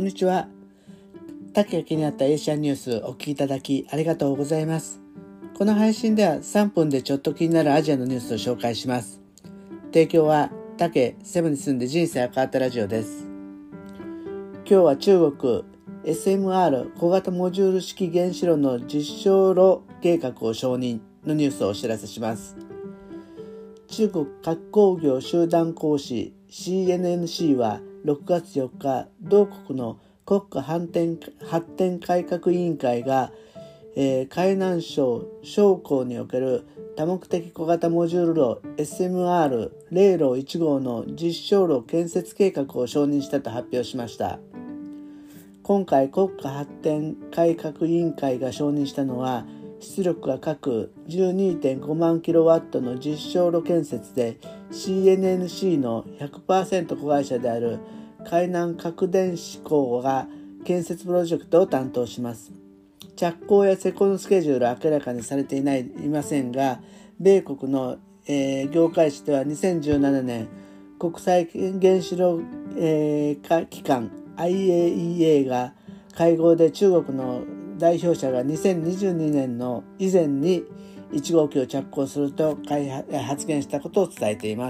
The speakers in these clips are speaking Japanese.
こんにちは。竹が気になったエーシャンニュースお聞きいただきありがとうございます。この配信では3分でちょっと気になるアジアのニュースを紹介します。提供は竹セブンに住んで人生が変わったラジオです。今日は中国 SMR 小型モジュール式原子炉の実証炉計画を承認のニュースをお知らせします。中国核工業集団公使 CNNC は6月4日、同国の国家発展改革委員会が、海南省昌江における多目的小型モジュール炉 SMR 零炉1号の実証炉建設計画を承認したと発表しました。今回国家発展改革委員会が承認したのは、出力が各 12.5 万キロワットの実証炉建設で CNNC の 100% 子会社である海南核電子工が建設プロジェクトを担当します。着工や施工のスケジュールは明らかにされていませんが、米国の、業界誌では2017年国際原子炉、機関 IAEA が会合で中国の代表者が2022年の以前に1号機を着工すると発言したことを伝えています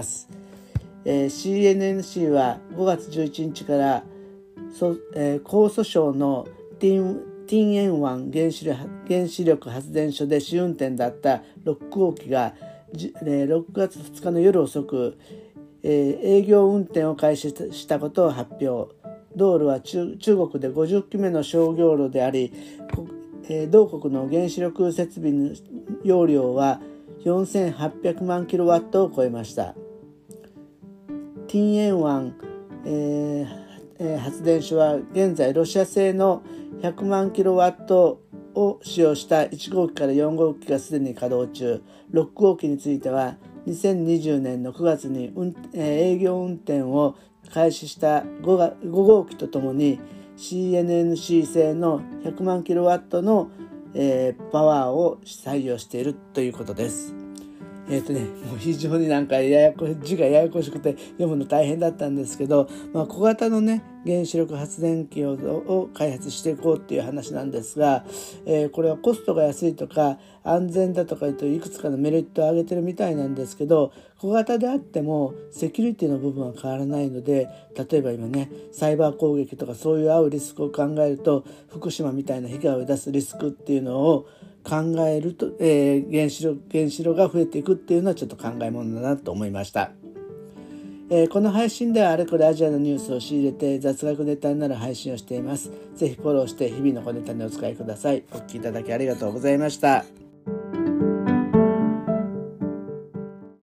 。CNNC は5月11日から江蘇省のティンエンワン原子力発電所で試運転だった6号機が6月2日の夜遅く、営業運転を開始したことを発表。同炉は中国で50機目の商業炉であり、同国の原子力設備の容量は4800万キロワットを超えました。ティンエンワン、発電所は現在ロシア製の100万キロワットを使用した1号機から4号機がすでに稼働中。6号機については2020年の9月に、営業運転を開始した5号機とともに CNNC 製の100万キロワットの、パワーを採用しているということです。もう非常に字がややこしくて読むの大変だったんですけど、小型の原子力発電機を開発していこうっていう話なんですが、これはコストが安いとか安全だとかいくつかのメリットを挙げてるみたいなんですけど、小型であってもセキュリティの部分は変わらないので、例えば今サイバー攻撃とかそういう合うリスクを考えると、福島みたいな被害を出すリスクっていうのを考えると、原子炉が増えていくっていうのはちょっと考えものだなと思いました。この配信ではあれこれアジアのニュースを仕入れて雑学ネタになる配信をしています。ぜひフォローして日々の小ネタにお使いください。お聞きいただきありがとうございました。